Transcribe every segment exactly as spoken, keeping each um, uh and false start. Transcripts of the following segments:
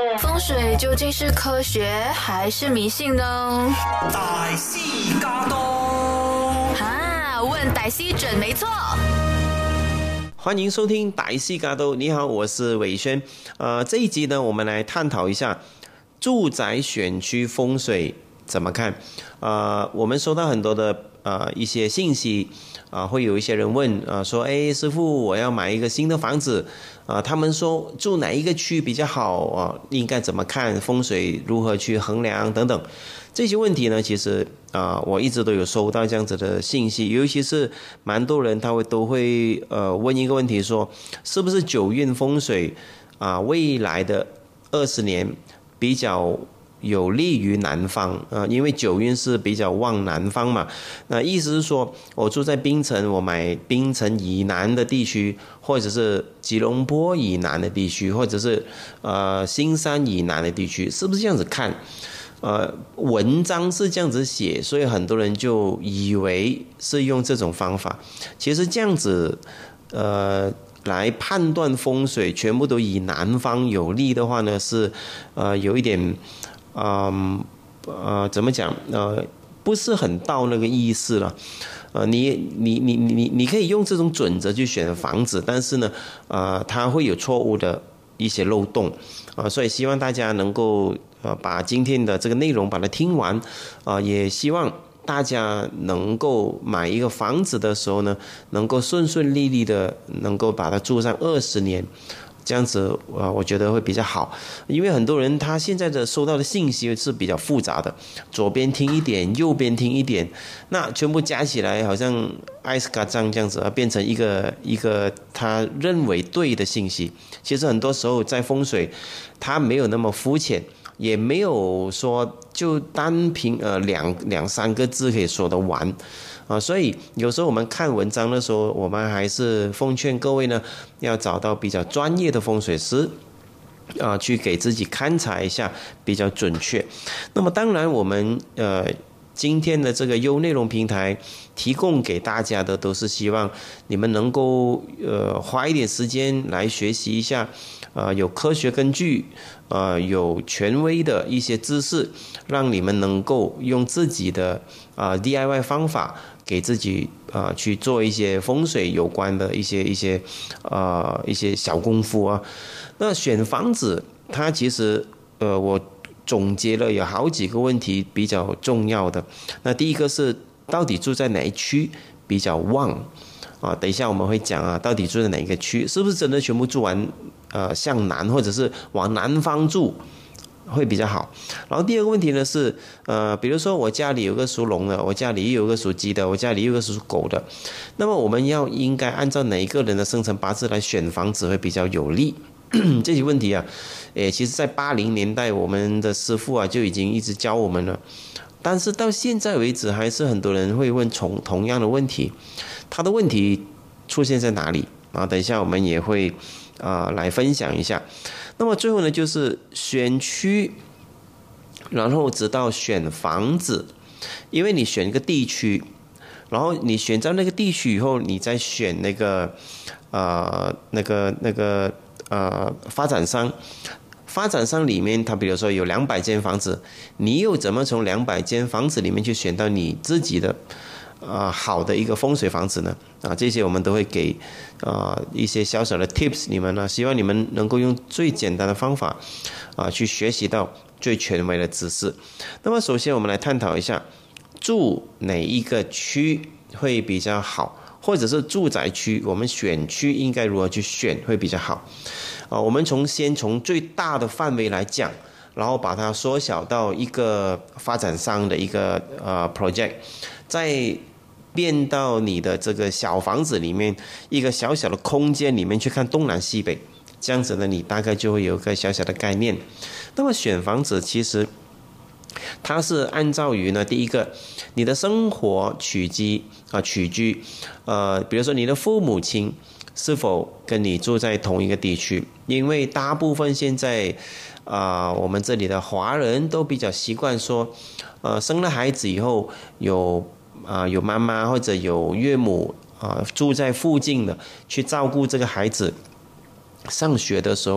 风水究竟是科学还是迷信呢？ 大師駕到！ 啊，問大師準沒錯。 歡迎收聽大師駕到。你好，我是偉軒。呃，這一集呢，我們來探討一下住宅選區風水怎麼看。呃，我們收到很多的呃一些信息。啊，會有一些人問啊，說，哎，師傅，我要買一個新的房子，啊，他們說住哪一個區比較好啊？應該怎麼看風水，如何去衡量等等，這些問題呢，其實啊，我一直都有收到這樣子的信息，尤其是蠻多人他會都會呃問一個問題說，是不是九運風水啊，未來的二十年比較有利於南方啊，因為九運是比較旺南方嘛。那意思是說，我住在檳城，我買檳城以南的地區，或者是吉隆坡以南的地區，或者是呃新山以南的地區，是不是這樣子看？呃，文章是這樣子寫，所以很多人就以為是用這種方法。其實這樣子，呃。來判斷風水全部都以南方有利的話呢，是呃有一點，嗯 呃, 呃怎麼講呃不是很到那個意思了。呃你你你你你可以用這種準則去選房子，但是呢呃它會有錯誤的一些漏洞啊、呃，所以希望大家能夠呃把今天的這個內容把它聽完啊、呃，也希望大家能夠買一個房子的時候呢，能夠順順利利的能夠把它住上二十年，這樣子啊，我覺得會比較好。因為很多人他現在的收到的信息是比較複雜的，左邊聽一點，右邊聽一點，那全部加起來好像艾斯卡章這樣子，變成一個一個他認為對的信息。其實很多時候在風水，他沒有那麼膚淺。也沒有說就單憑呃兩兩三個字可以說得完啊，所以有時候我們看文章的時候，我們還是奉勸各位呢，要找到比較專業的風水師啊，去給自己勘察一下比較準確。那麼當然我們呃今天的這個優內容平台提供給大家的，都是希望你們能夠呃花一點時間來學習一下。呃，有科學根據，呃，有權威的一些知識，讓你們能夠用自己的啊、呃、D I Y 方法，給自己啊、呃、去做一些風水有關的一些一些啊、呃、一些小功夫啊。那選房子，它其實呃我總結了有好幾個問題比較重要的。那第一個是到底住在哪一區比較旺啊？等一下我們會講啊，到底住在哪一個區，是不是真的全部住完？呃，向南或者是往南方住會比較好。然後第二個問題呢是，呃，比如說我家裡有個屬龍的，我家裡有個屬雞的，我家裡有個屬狗的，那麼我們要應該按照哪一個人的生辰八字來選房子會比較有利？這些問題啊，誒，其實在八零年代我們的師傅啊就已經一直教我們了，但是到現在為止還是很多人會問同同樣的問題，他的問題出現在哪裡？啊，等一下我們也會。啊、呃，來分享一下。那麼最後呢，就是選區，然後直到選房子。因為你選一個地區，然後你選到那個地區以後，你再選那個，呃，那個那個呃發展商。發展商裡面，他比如說有兩百間房子，你又怎麼從兩百間房子裡面去選到你自己的？啊、呃，好的一個風水房子呢，啊，這些我們都會給啊、呃、一些小小的 tips，你們呢，希望你們能夠用最簡單的方法啊去學習到最權威的知識。那麼首先我們來探討一下住哪一個區會比較好，或者是住宅區，我們選區應該如何去選會比較好。啊，我們從先從最大的範圍來講，然後把它縮小到一個發展商的一個呃 project。再變到你的這個小房子裡面，一個小小的空間裡面去看東南西北，這樣子呢，你大概就會有一個小小的概念。那麼選房子其實它是按照於呢，第一個你的生活起居啊起居，呃，比如說你的父母親是否跟你住在同一個地區，因為大部分現在啊、呃，我們這裡的華人都比較習慣說，呃，生了孩子以後有。啊、呃，有媽媽或者有岳母啊、呃，住在附近的，去照顧這個孩子上學的時候，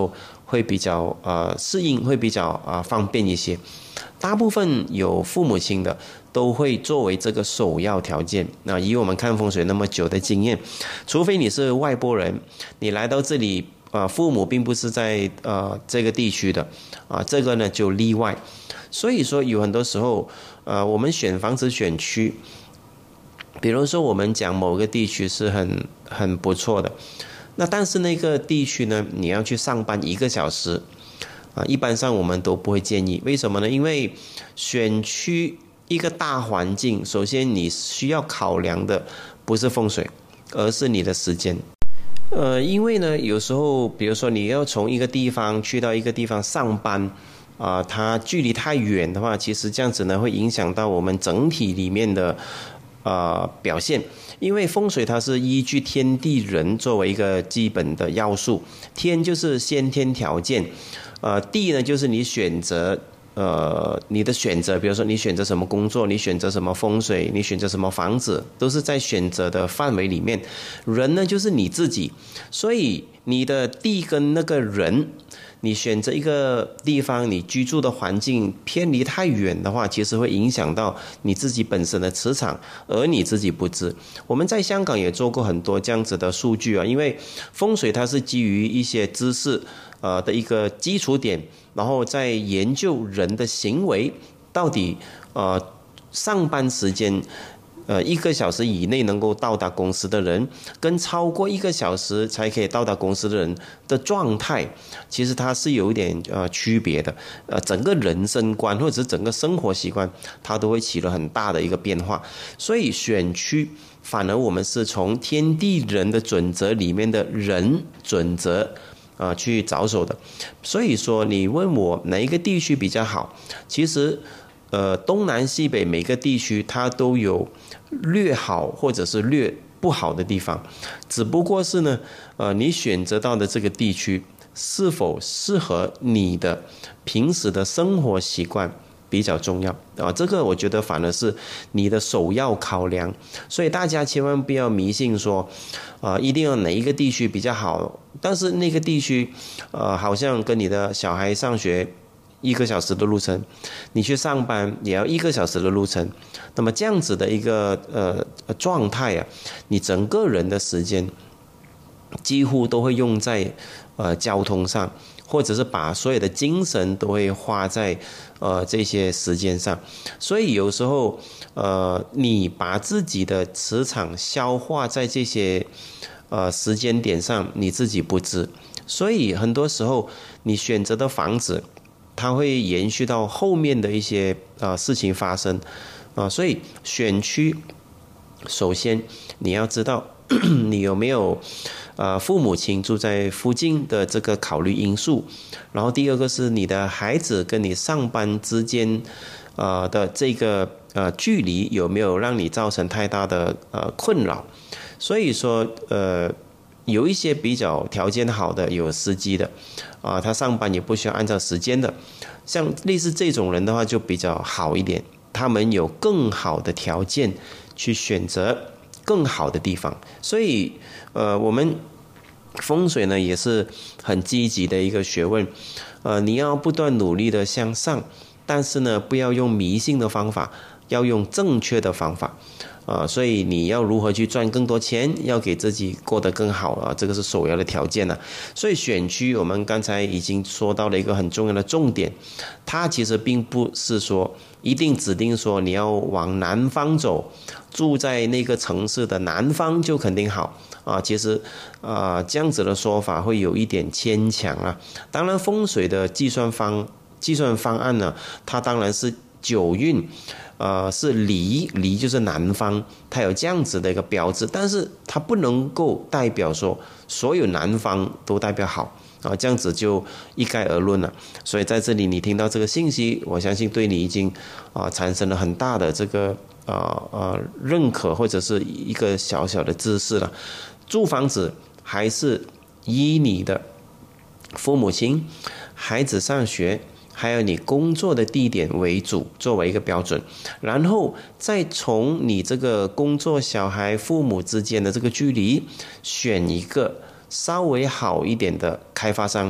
会比较呃适应，会比较啊、呃、方便一些。大部分有父母亲的都会作为这个首要条件。那以我们看风水那么久的经验，除非你是外国人，你来到这里，呃，父母并不是在呃这个地区的，啊、呃，这个呢就例外。所以说有很多时候，呃，我们选房子选区，比如说我们讲某个地区是很很不错的，那但是那个地区呢，你要去上班一个小时。啊，一般上我们都不会建议，为什么呢？因为选区一个大环境，首先你需要考量的不是风水，而是你的时间。呃，因为呢，有时候比如说你要从一个地方去到一个地方上班，啊、呃，它距离太远的话，其实这样子呢会影响到我们整体里面的呃表现。因为风水它是依据天地人作为一个基本的要素，天就是先天条件，呃，地呢就是你选择，呃，你的选择，比如说你选择什么工作，你选择什么风水，你选择什么房子，都是在选择的范围里面。人呢就是你自己，所以你的地跟那个人，你选择一个地方，你居住的环境偏离太远的话，其实会影响到你自己本身的磁场，而你自己不知。我们在香港也做过很多这样子的数据啊，因为风水它是基于一些知识呃的一个基础点，然后再研究人的行为到底呃上班时间。呃，一个小时以内能够到达公司的人，跟超过一个小时才可以到达公司的人的状态，其实它是有一点呃区别的。呃，整个人生观或者是整个生活习惯，它都会起了很大的一个变化。所以选区反而我们是从天地人的准则里面的人准则啊、呃、去着手的。所以说，你问我哪一个地区比较好，其实。呃，东南西北每个地区它都有略好或者是略不好的地方，只不过是呢，呃，你选择到的这个地区是否适合你的平时的生活习惯比较重要啊，这个我觉得反而是你的首要考量。所以大家千万不要迷信说，啊，一定要哪一个地区比较好，但是那个地区，呃，好像跟你的小孩上学。一个小时的路程，你去上班也要一个小时的路程，那么这样子的一个呃状态啊，你整个人的时间几乎都会用在呃交通上，或者是把所有的精神都会花在呃这些时间上，所以有时候呃你把自己的磁场消化在这些呃时间点上，你自己不知，所以很多时候你选择的房子。它会延续到后面的一些呃事情发生啊、呃，所以选区首先你要知道你有没有呃父母亲住在附近的这个考虑因素，然后第二个是你的孩子跟你上班之间呃的这个呃距离有没有让你造成太大的呃困扰，所以说呃。有一些比较条件好的，有司机的，啊、呃，他上班也不需要按照时间的，像类似这种人的话就比较好一点，他们有更好的条件去选择更好的地方，所以，呃，我们风水呢也是很积极的一个学问，呃，你要不断努力的向上，但是呢，不要用迷信的方法，要用正确的方法。啊，所以你要如何去赚更多钱，要给自己过得更好啊，这个是首要的条件呢、啊。所以选区我们刚才已经说到了一个很重要的重点，它其实并不是说一定指定说你要往南方走，住在那个城市的南方就肯定好啊。其实啊，这样子的说法会有一点牵强啊。当然，风水的计算方计算方案呢，它当然是九运。呃，是离离就是南方，它有这样子的一个标志，但是它不能够代表说所有南方都代表好啊，这样子就一概而论了。所以在这里你听到这个信息，我相信对你已经啊、呃、产生了很大的这个呃呃认可或者是一个小小的知识了。住房子还是以你的父母亲、孩子上学。还有你工作的地点为主，作为一个标准，然后再从你这个工作、小孩、父母之间的这个距离，选一个稍微好一点的开发商，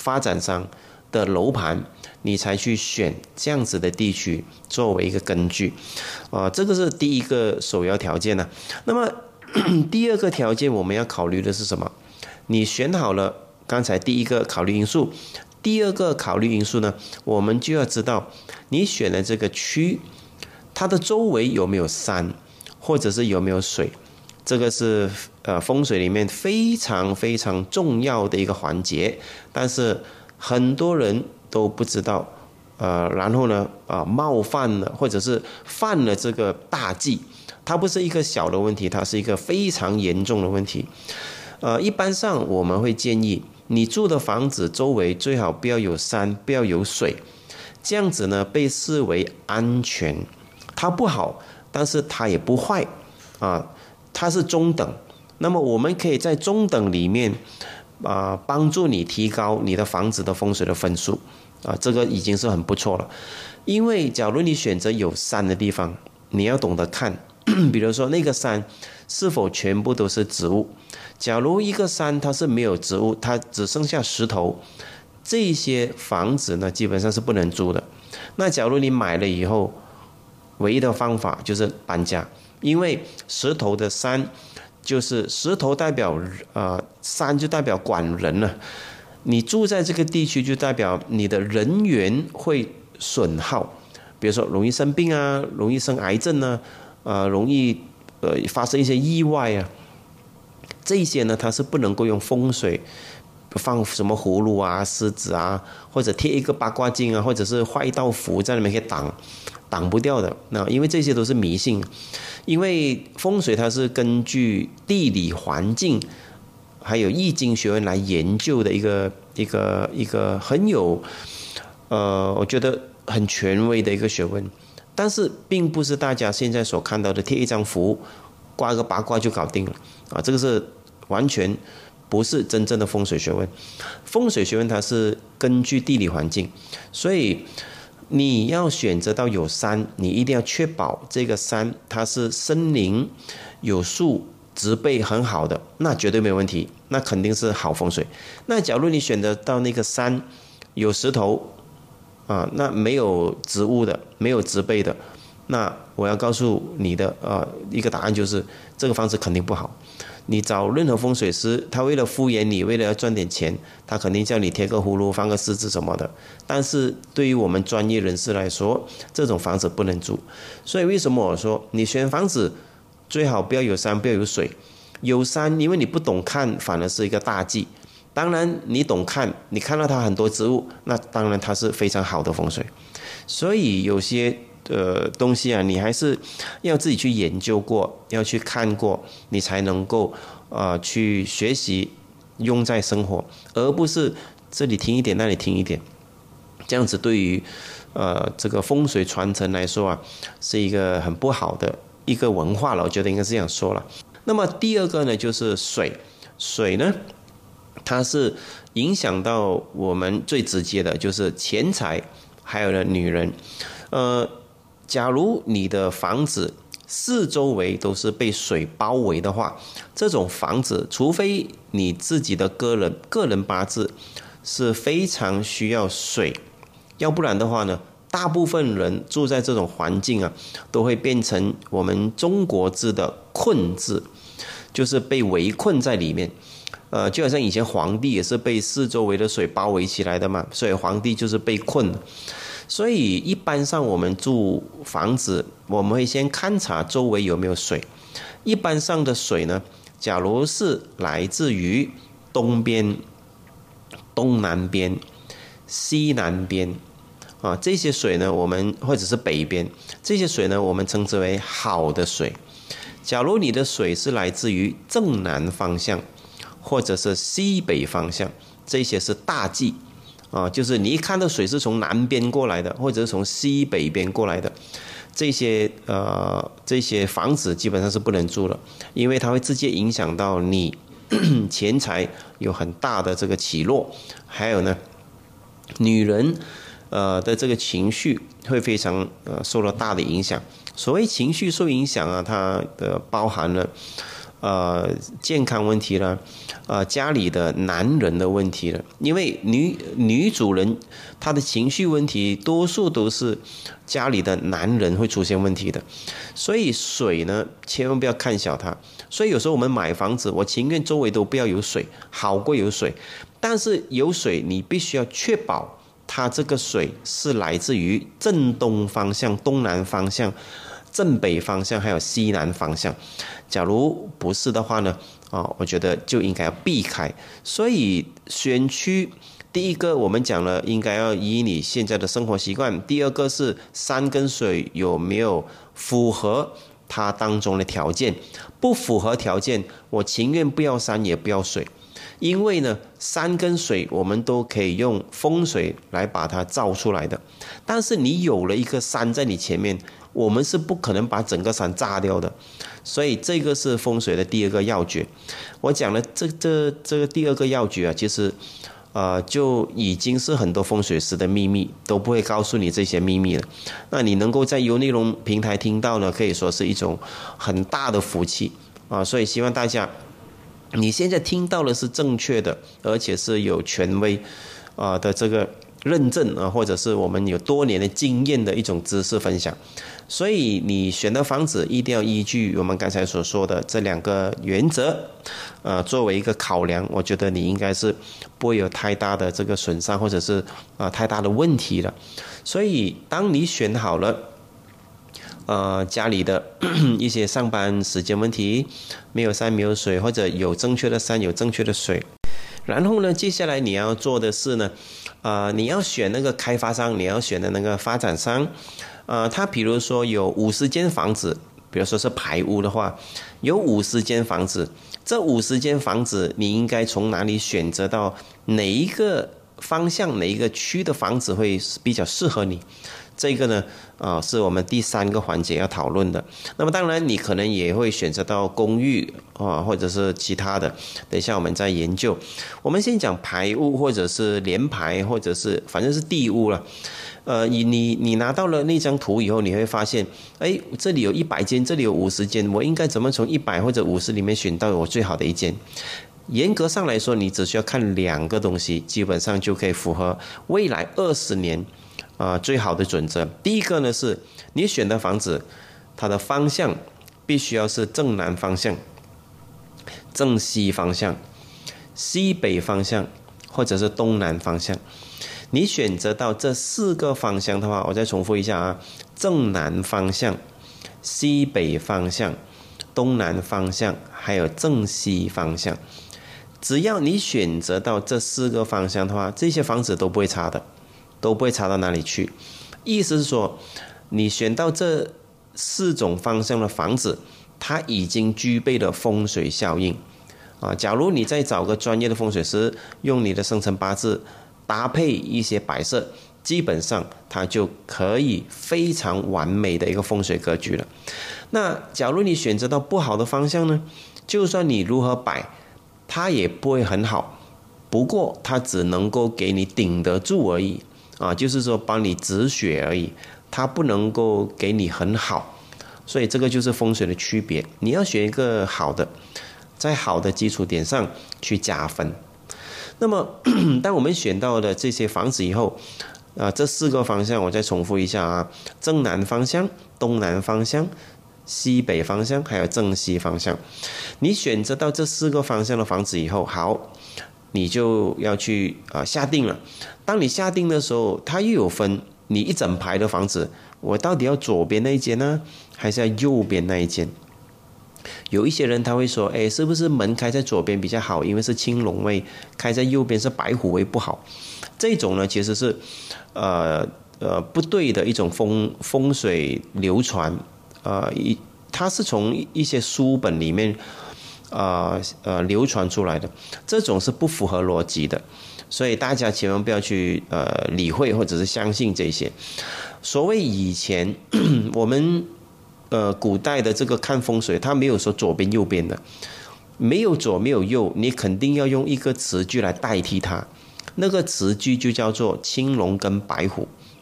发展商的楼盘，你才去选这样子的地区作为一个根据，啊、呃，这个是第一个首要条件呢、啊。那么第二个条件我们要考虑的是什么？你选好了刚才第一个考虑因素，第二个考虑因素呢，我们就要知道你选的这个区，它的周围有没有山，或者是有没有水。这个是呃风水里面非常非常重要的一个环节，但是很多人都不知道，呃，然后呢，啊、呃，冒犯了或者是犯了这个大忌，它不是一个小的问题，它是一个非常严重的问题。呃，一般上我们会建议你住的房子周围最好不要有山，不要有水，这样子呢被视为安全，它不好，但是它也不坏，啊。它是中等，那么我们可以在中等里面啊、呃、帮助你提高你的房子的风水的分数啊、呃，这个已经是很不错了。因为假如你选择有山的地方，你要懂得看，比如说那个山是否全部都是植物。假如一个山它是没有植物，它只剩下石头，这些房子呢基本上是不能租的。那假如你买了以后，唯一的方法就是搬家。因为石头的山，就是石头代表呃山就代表管人了，你住在这个地区就代表你的人缘会损耗，比如说容易生病啊，容易生癌症啊，呃容易呃发生一些意外啊，这些呢它是不能够用风水放什么葫芦啊、狮子啊，或者贴一个八卦镜啊，或者是画一道符在那边可以挡挡不掉的。那因为这些都是迷信，因为风水它是根据地理环境还有易经学问来研究的一个一个一个很有呃我觉得很权威的一个学问，但是并不是大家现在所看到的贴一张符挂个八卦就搞定了啊，这个是完全不是真正的风水学问。风水学问它是根据地理环境，所以你要选择到有山，你一定要确保这个山它是森林有树植被很好的，那绝对没有问题，那肯定是好风水。那假如你选择到那个山有石头啊，那没有植物的，没有植被的，那我要告诉你的呃一个答案就是这个房子肯定不好。你找任何风水师，他为了敷衍你，为了要赚点钱，他肯定叫你贴个葫芦放个狮子什么的，但是对于我们专业人士来说，这种房子不能住。所以为什么我说你选房子最好不要有山，不要有水。有山因为你不懂看反而是一个大忌，当然你懂看，你看到它很多植物，那当然它是非常好的风水。所以有些呃东西啊，你还是要自己去研究过，要去看过，你才能够呃去学习用在生活，而不是这里听一点那里听一点，这样子对于呃这个风水传承来说啊，是一个很不好的一个文化了，我觉得应该是这样说了。那么第二个呢，就是水，水呢，它是影响到我们最直接的，就是钱财，还有呢女人。呃，假如你的房子四周围都是被水包围的话，这种房子，除非你自己的个人个人八字是非常需要水，要不然的话呢，大部分人住在这种环境啊，都会变成我们中国字的困字，就是被围困在里面。呃，就好像以前皇帝也是被四周围的水包围起来的嘛，所以皇帝就是被困了。所以一般上我们住房子，我们会先勘察周围有没有水。一般上的水呢，假如是来自于东边、东南边、西南边啊，这些水呢，我们或者是北边，这些水呢，我们称之为好的水。假如你的水是来自于正南方向，或者是西北方向，这些是大忌啊，就是你一看到水是从南边过来的，或者是从西北边过来的，这些呃这些房子基本上是不能住了，因为它会直接影响到你钱财有很大的这个起落，还有呢，女人呃的这个情绪会非常呃受到大的影响。所谓情绪受影响啊，它的包含了呃健康问题了，呃家里的男人的问题了。因为女女主人她的情绪问题，多数都是家里的男人会出现问题的。所以水呢，千万不要看小它。所以有时候我们买房子，我情愿周围都不要有水，好过有水。但是有水，你必须要确保它这个水是来自于正东方向、东南方向、正北方向还有西南方向。假如不是的话呢，哦，我觉得就应该要避开。所以选区第一个我们讲了，应该要以你现在的生活习惯；第二个是山跟水有没有符合它当中的条件，不符合条件，我情愿不要山也不要水。因为呢，山跟水我们都可以用风水来把它造出来的，但是你有了一个山在你前面，我们是不可能把整个山炸掉的。所以这个是风水的第二个要诀。我讲了这这这个第二个要诀啊，其实呃就已经是很多风水师的秘密，都不会告诉你这些秘密了。那你能够在优内容平台听到呢，可以说是一种很大的福气啊。所以希望大家，你现在听到的是正确的，而且是有权威啊的这个认证啊，或者是我们有多年的经验的一种知识分享。所以你选的房子一定要依据我们刚才所说的这两个原则，呃，作为一个考量，我觉得你应该是不会有太大的这个损伤，或者是啊、呃、太大的问题了。所以当你选好了，呃，家里的一些上班时间问题，没有山没有水，或者有正确的山有正确的水。然后呢，接下来你要做的是呢，呃，你要选那个开发商，你要选的那个发展商，呃，他比如说有五十间房子，比如说是排屋的话，有五十间房子，这五十间房子你应该从哪里选择到哪一个方向、哪一个区的房子会比较适合你？这个呢，啊、呃，是我们第三个环节要讨论的。那么当然，你可能也会选择到公寓啊、呃，或者是其他的。等一下我们再研究。我们先讲排屋，或者是联排，或者是反正是地屋了。呃，你你你拿到了那张图以后，你会发现，哎，这里有一百间，这里有五十间，我应该怎么从一百或者五十里面选到我最好的一间？严格上来说，你只需要看两个东西，基本上就可以符合未来二十年。啊、呃，最好的准则，第一个呢是你选的房子，它的方向必须要是正南方向、正西方向、西北方向，或者是东南方向。你选择到这四个方向的话，我再重复一下啊：正南方向、西北方向、东南方向，还有正西方向。只要你选择到这四个方向的话，这些房子都不会差的。都不会差到哪里去。意思是说，你选到这四种方向的房子，它已经具备了风水效应啊。假如你再找个专业的风水师，用你的生辰八字搭配一些摆设，基本上它就可以非常完美的一个风水格局了。那假如你选择到不好的方向呢，就算你如何摆，它也不会很好，不过它只能够给你顶得住而已。啊，就是说帮你止血而已，它不能够给你很好，所以这个就是风水的区别。你要选一个好的，在好的基础点上去加分。那么，当我们选到了这些房子以后，啊，这四个方向我再重复一下啊：正南方向、东南方向、西北方向，还有正西方向。你选择到这四个方向的房子以后，好。你就要去啊、呃、下定了。当你下定的时候，它又有分你一整排的房子，我到底要左边那一间呢，还是要右边那一间？有一些人他会说，哎，是不是门开在左边比较好？因为是青龙位，开在右边是白虎位不好。这种呢，其实是呃呃不对的一种风风水流传，呃，一它是从一些书本里面。呃呃，流传出来的这种是不符合逻辑的，所以大家千万不要去呃理会或者是相信这些。所谓以前我们呃古代的这个看风水，它没有说左边右边的，没有左没有右，你肯定要用一个词句来代替它。那个词句就叫做青龙跟白虎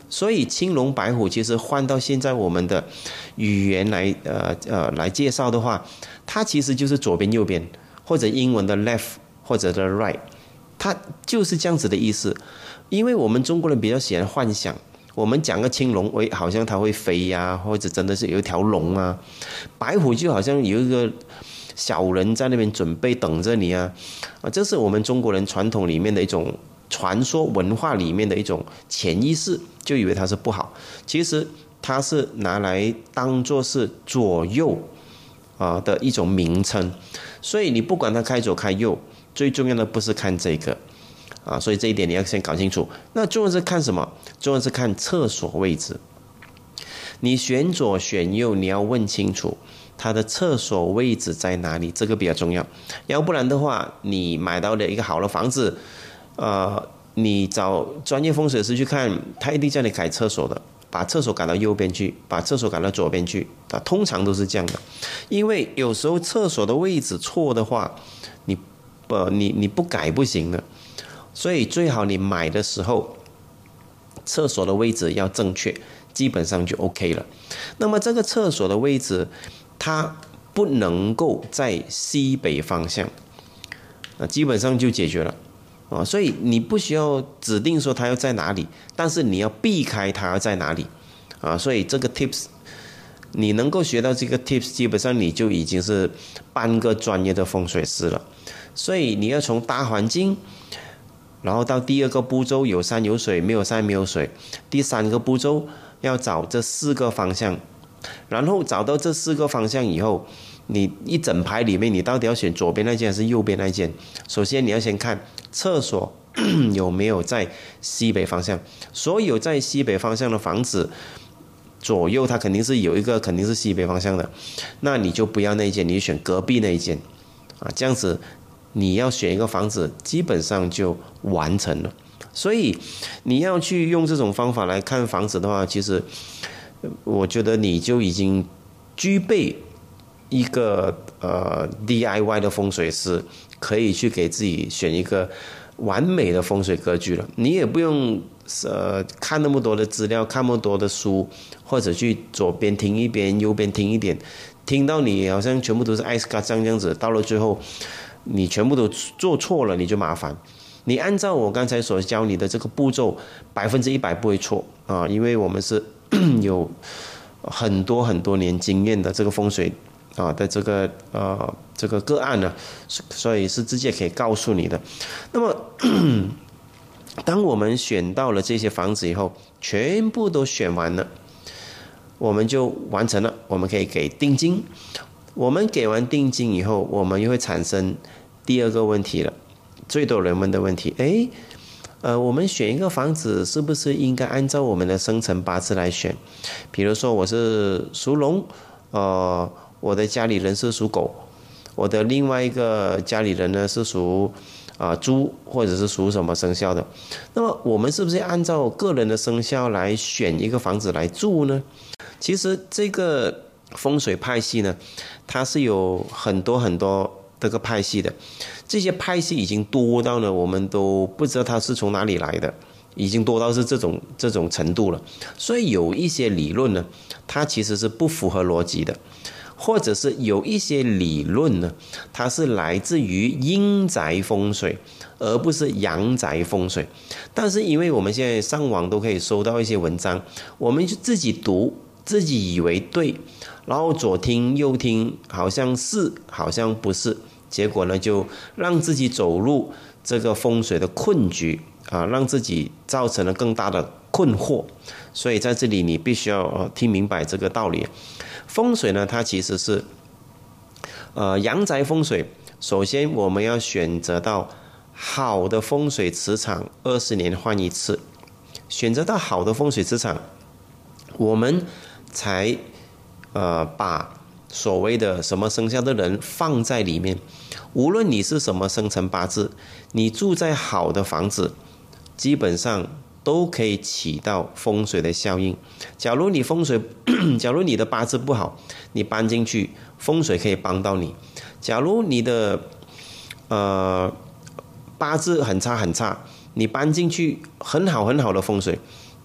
所以青龙白虎其实换到现在我们的语言来呃呃来介绍的话，它其实就是左边右边，或者英文的 left 或者的 right， 它就是这样子的意思。因为我们中国人比较喜欢幻想，我们讲个青龙，喂，好像它会飞呀、啊，或者真的是有一条龙啊；白虎就好像有一个小人在那边准备等着你啊，啊，这是我们中国人传统里面的一种传说文化里面的一种潜意识，就以为它是不好，其实它是拿来当作是左右啊的一种名称，所以你不管它开左开右，最重要的不是看这个。啊，所以这一点你要先搞清楚。那重要是看什么？重要是看厕所位置。你选左选右，你要问清楚它的厕所位置在哪里，这个比较重要。要不然的话，你买到了一个好的房子，呃，你找专业风水师去看，他一定叫你改厕所的，把厕所改到右边去，把厕所改到左边去。啊，通常都是这样的，因为有时候厕所的位置错的话，你不、呃、你你不改不行的。所以最好你买的时候，厕所的位置要正确，基本上就 OK 了。那么这个厕所的位置，它不能够在西北方向，啊，基本上就解决了啊。所以你不需要指定说它要在哪里，但是你要避开它要在哪里啊。所以这个 tips， 你能够学到这个 tips， 基本上你就已经是半个专业的风水师了。所以你要从大环境。然后到第二个步骤，有山有水，没有山没有水。第三个步骤要找这四个方向，然后找到这四个方向以后，你一整排里面，你到底要选左边那间还是右边那间？首先你要先看厕所有没有在西北方向。所有在西北方向的房子，左右它肯定是有一个肯定是西北方向的，那你就不要那一间，你就选隔壁那一间啊，这样子。你要选一个房子，基本上就完成了。所以你要去用这种方法来看房子的话，其实我觉得你就已经具备一个呃 D I Y 的风水师，可以去给自己选一个完美的风水格局了。你也不用呃看那么多的资料，看那么多的书，或者去左边听一边，右边听一点，听到你好像全部都是艾斯卡这样子，到了最后。你全部都做错了，你就麻烦。你按照我刚才所教你的这个步骤，百分之一百不会错啊，因为我们是有很多很多年经验的这个风水啊的这个呃这个个案呢，所以是直接可以告诉你的。那么，当我们选到了这些房子以后，全部都选完了，我们就完成了，我们可以给定金。我们给完定金以后，我们又会产生第二个问题了，最多人问的问题，诶，呃，我们选一个房子是不是应该按照我们的生辰八字来选？比如说我是属龙，呃，我的家里人是属狗，我的另外一个家里人呢是属啊、呃、猪，或者是属什么生肖的？那么我们是不是按照个人的生肖来选一个房子来住呢？其实这个。风水派系呢，它是有很多很多这个派系的，这些派系已经多到呢，我们都不知道它是从哪里来的，已经多到是这种这种程度了。所以有一些理论呢，它其实是不符合逻辑的，或者是有一些理论呢，它是来自于阴宅风水，而不是阳宅风水。但是因为我们现在上网都可以搜到一些文章，我们就自己读，自己以为对。然后左听右听，好像是，好像不是，结果呢，就让自己走入这个风水的困局啊，让自己造成了更大的困惑。所以在这里你必须要听明白这个道理。风水呢，它其实是呃阳宅风水。首先我们要选择到好的风水磁场，二十年换一次。选择到好的风水磁场，我们才。呃，把所谓的什么生肖的人放在里面，无论你是什么生辰八字，你住在好的房子，基本上都可以起到风水的效应。假如你风水，假如你的八字不好，你搬进去，风水可以帮到你。假如你的呃八字很差很差，你搬进去很好很好的风水，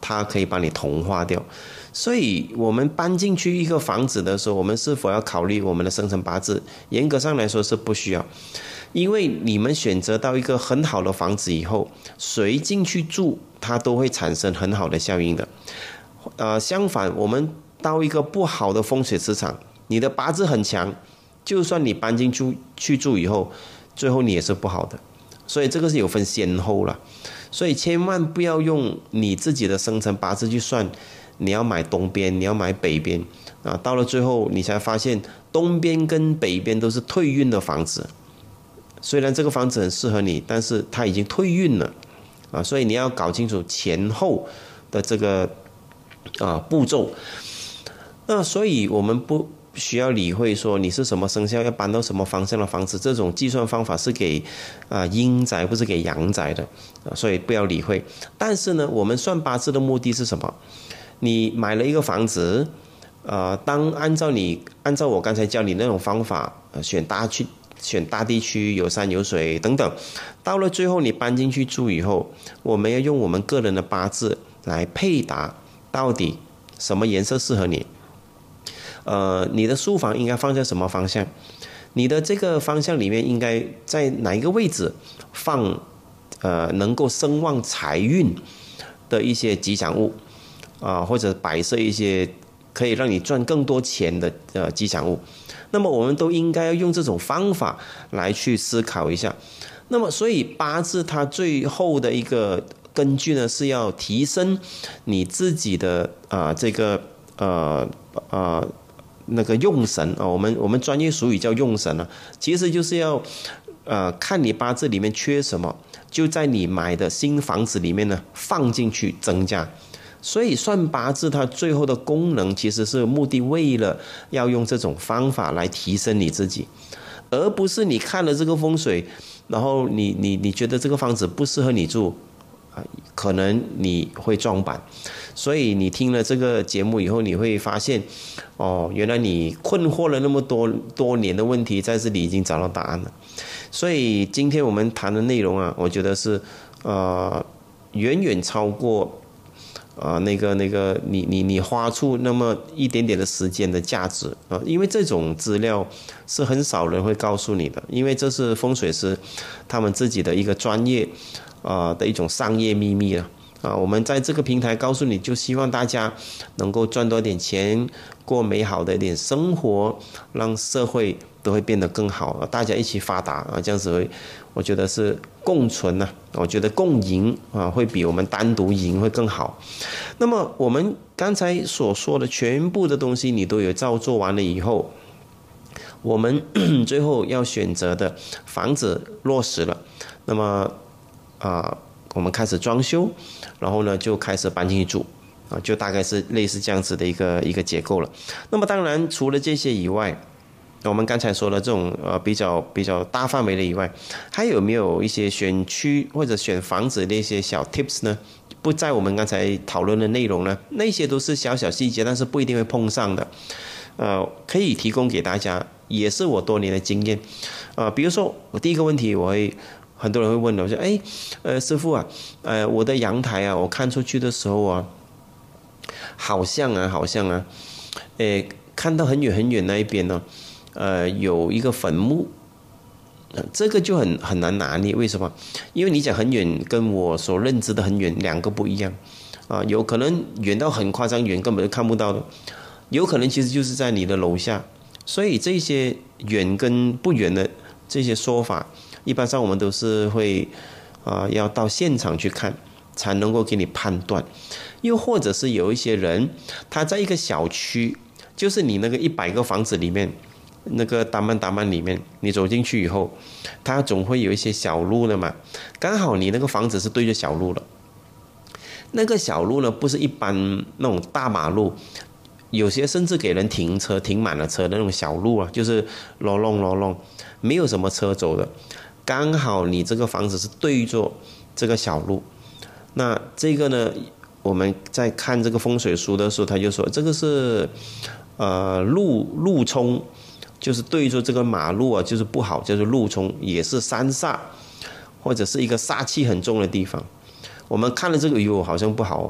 它可以把你同化掉。所以我们搬进去一个房子的时候，我们是否要考虑我们的生辰八字？严格上来说是不需要，因为你们选择到一个很好的房子以后，谁进去住，它都会产生很好的效应的。呃，相反，我们到一个不好的风水磁场，你的八字很强，就算你搬进去去住以后，最后你也是不好的。所以这个是有分先后了，所以千万不要用你自己的生辰八字去算，你要买东边，你要买北边啊，到了最后你才发现东边跟北边都是退运的房子，虽然这个房子很适合你，但是它已经退运了啊，所以你要搞清楚前后的这个啊步骤。那所以我们不需要理会说你是什么生肖要搬到什么方向的房子，这种计算方法是给啊阴宅，不是给阳宅的啊，所以不要理会。但是呢，我们算八字的目的是什么？你买了一个房子，呃，当按照你按照我刚才教你那种方法，呃、选大区、选大地区，有山有水等等，到了最后你搬进去住以后，我们要用我们个人的八字来配搭，到底什么颜色适合你？呃，你的书房应该放在什么方向？你的这个方向里面应该在哪一个位置放？呃，能够声旺财运的一些吉祥物啊、呃，或者摆设一些可以让你赚更多钱的呃吉祥物。那么我们都应该要用这种方法来去思考一下。那么，所以八字它最后的一个根据呢，是要提升你自己的啊、呃、这个呃呃。那个用神啊，我们我们专业术语叫用神啊，其实就是要呃看你八字里面缺什么，就在你买的新房子里面呢放进去增加。所以算八字它最后的功能其实是目的为了要用这种方法来提升你自己，而不是你看了这个风水，然后你你你觉得这个房子不适合你住，可能你会撞板。所以你听了这个节目以后，你会发现，哦，原来你困惑了那么多多年的问题，在这里已经找到答案了。所以今天我们谈的内容啊，我觉得是呃远远超过啊、呃、那个那个你你你花出那么一点点的时间的价值啊、呃，因为这种资料是很少人会告诉你的，因为这是风水师他们自己的一个专业啊、呃、的一种商业秘密了。啊，我们在这个平台告诉你，就希望大家能够赚多点钱，过美好的一点生活，让社会都会变得更好，大家一起发达啊，这样子会，我觉得是共存呐、啊，我觉得共赢啊，会比我们单独赢会更好。那么我们刚才所说的全部的东西，你都有照做完了以后，我们最后要选择的房子落实了，那么啊。我们开始装修，然后呢就开始搬进去住啊，就大概是类似这样子的一个一个结构了。那么当然除了这些以外，我们刚才说的这种呃比较比较大范围的以外，还有没有一些选区或者选房子的一些小 tips 呢？不在我们刚才讨论的内容呢，那些都是小小细节，但是不一定会碰上的。呃，可以提供给大家，也是我多年的经验。呃，比如说我第一个问题，我会。很多人会问我说：“哎，呃，师傅啊，呃，我的阳台啊，我看出去的时候啊，好像啊，好像啊，呃，看到很远很远那一边呢，呃，有一个坟墓，呃、这个就很很难拿捏。为什么？因为你讲很远，跟我所认知的很远两个不一样啊，有可能远到很夸张远，根本就看不到的，有可能其实就是在你的楼下。所以这些远跟不远的这些说法。”一般上我们都是会啊、呃、要到现场去看才能够给你判断，又或者是有一些人他在一个小区，就是你那个一百个房子里面那个大门大门里面，你走进去以后，他总会有一些小路的嘛，刚好你那个房子是对着小路了，那个小路呢不是一般那种大马路，有些甚至给人停车停满了车的那种小路啊，就是罗弄罗弄，没有什么车走的。刚好你这个房子是对着这个小路，那这个呢，我们在看这个风水书的时候，他就说这个是呃路路冲，就是对着这个马路啊，就是不好，就是路冲，也是三煞，或者是一个煞气很重的地方。我们看了这个以后好像不好哦，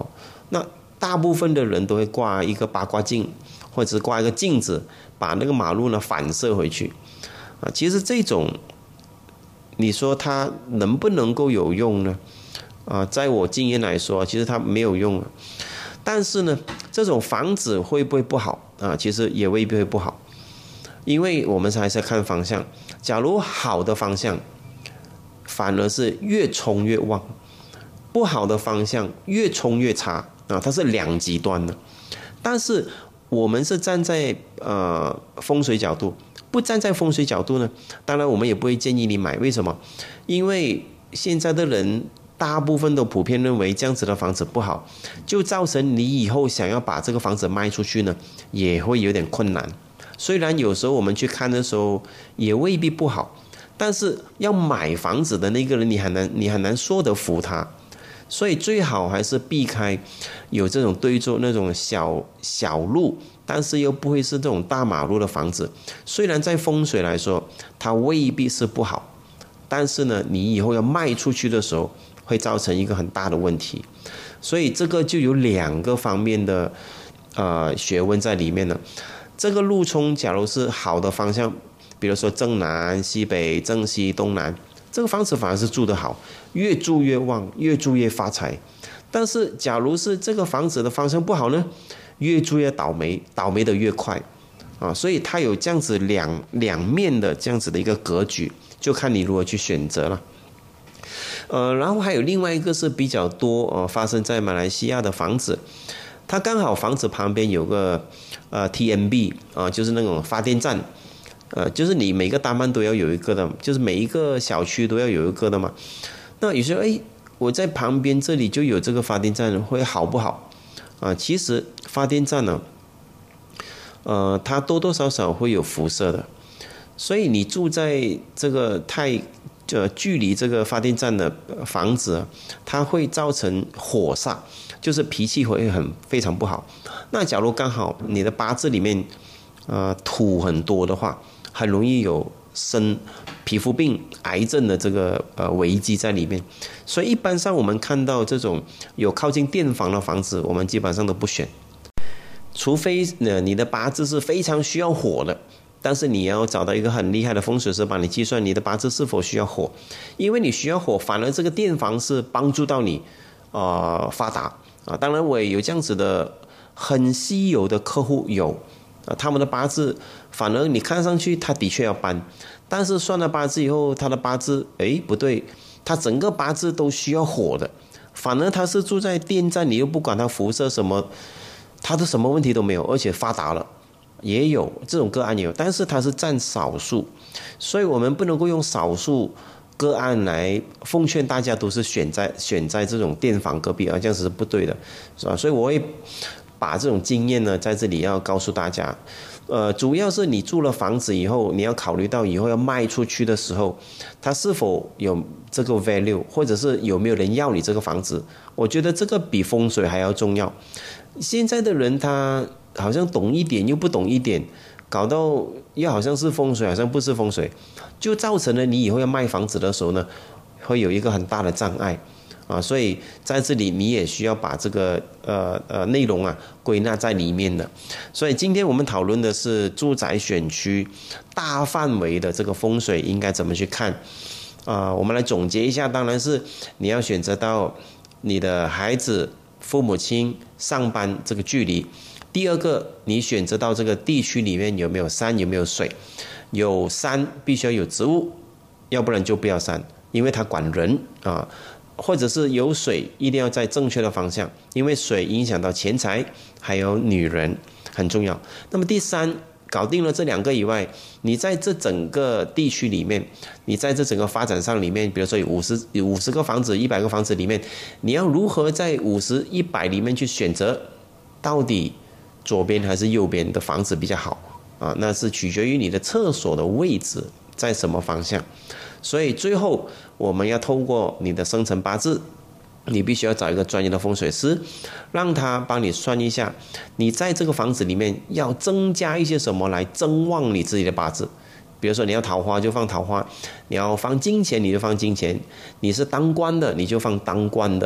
那大部分的人都会挂一个八卦镜，或者是挂一个镜子，把那个马路呢反射回去啊。其实这种，你说它能不能够有用呢？啊，在我经验来说，其实它没有用。但是呢，这种房子会不会不好啊？其实也未必会不好，因为我们还是要看方向。假如好的方向，反而是越冲越旺；不好的方向越冲越差啊，它是两极端的。但是我们是站在呃风水角度，不站在风水角度呢，当然我们也不会建议你买。为什么？因为现在的人大部分都普遍认为这样子的房子不好，就造成你以后想要把这个房子卖出去呢，也会有点困难。虽然有时候我们去看的时候也未必不好，但是要买房子的那个人，你很难你很难说得服他。所以最好还是避开有这种对坐那种小小路，但是又不会是这种大马路的房子。虽然在风水来说它未必是不好，但是呢，你以后要卖出去的时候会造成一个很大的问题。所以这个就有两个方面的呃学问在里面了。这个路冲假如是好的方向，比如说正南、西北、正西、东南，这个房子反而是住得好，越住越旺，越住越发财。但是假如是这个房子的方向不好呢，越住越倒霉，倒霉的越快啊。所以它有这样子两两面的这样子的一个格局，就看你如何去选择了。呃，然后还有另外一个是比较多呃发生在马来西亚的房子，它刚好房子旁边有个呃 T M B 啊、呃，就是那种发电站。呃，就是你每个单班都要有一个的，就是每一个小区都要有一个的嘛。那有时候，哎，我在旁边这里就有这个发电站，会好不好？啊、呃，其实发电站呢，呃，它多多少少会有辐射的，所以你住在这个太呃距离这个发电站的房子，它会造成火煞，就是脾气会很非常不好。那假如刚好你的八字里面，呃，土很多的话，很容易有生皮肤病、癌症的这个呃危机在里面，所以一般上我们看到这种有靠近电房的房子，我们基本上都不选，除非呢你的八字是非常需要火的，但是你要找到一个很厉害的风水师帮你计算你的八字是否需要火，因为你需要火，反而这个电房是帮助到你呃发达啊。当然我也有这样子的很稀有的客户有。啊，他们的八字反而你看上去他的确要搬，但是算了八字以后，他的八字哎不对，他整个八字都需要火的，反而他是住在电站，你又不管他辐射什么，他的什么问题都没有，而且发达了，也有这种个案也有，但是他是占少数，所以我们不能够用少数个案来奉劝大家都是选在选在这种电房隔壁啊，这样子是不对的，是吧？所以我会把这种经验呢，在这里要告诉大家，呃，主要是你住了房子以后，你要考虑到以后要卖出去的时候，它是否有这个 value， 或者是有没有人要你这个房子。我觉得这个比风水还要重要。现在的人他好像懂一点又不懂一点，搞到又好像是风水，好像不是风水，就造成了你以后要卖房子的时候呢，会有一个很大的障碍。啊，所以在这里你也需要把这个呃呃内容啊归纳在里面的。所以今天我们讨论的是住宅选区大范围的这个风水应该怎么去看啊、呃？我们来总结一下，当然是你要选择到你的孩子、父母亲上班这个距离。第二个，你选择到这个地区里面有没有山，有没有水。有山必须要有植物，要不然就不要山，因为它管人啊。或者是有水，一定要在正确的方向，因为水影响到钱财，还有女人，很重要。那么第三，搞定了这两个以外，你在这整个地区里面，你在这整个发展上里面，比如说有五十有五十个房子、一百个房子里面，你要如何在五十、一百里面去选择，到底左边还是右边的房子比较好啊？那是取决于你的厕所的位置在什么方向。所以最后我们要透过你的生辰八字，你必须要找一个专业的风水师，让他帮你算一下，你在这个房子里面要增加一些什么来增旺你自己的八字。比如说你要桃花就放桃花，你要放金钱你就放金钱，你是当官的你就放当官的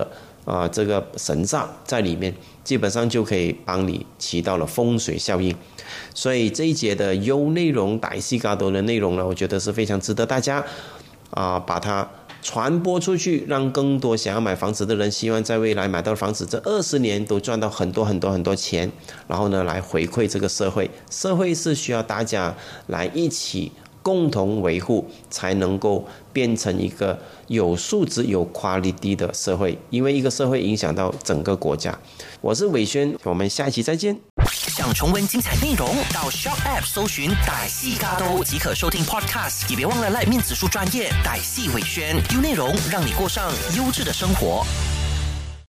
啊、呃、这个神煞在里面，基本上就可以帮你起到了风水效应。所以这一节的优内容大西嘎多的内容呢，我觉得是非常值得大家啊、呃、把它传播出去，让更多想要买房子的人，希望在未来买到房子这二十年都赚到很多很多很多钱，然后呢来回馈这个社会。社会是需要大家来一起共同维护，才能够变成一个有素质、有 quality 的社会。因为一个社会影响到整个国家。我是伟轩，我们下一期再见。 想重温精彩内容，到 Shop App 搜寻大西加多即可收听 Podcast， 也别忘了赖面子书专业大西伟轩，优内容让你过上优质的生活。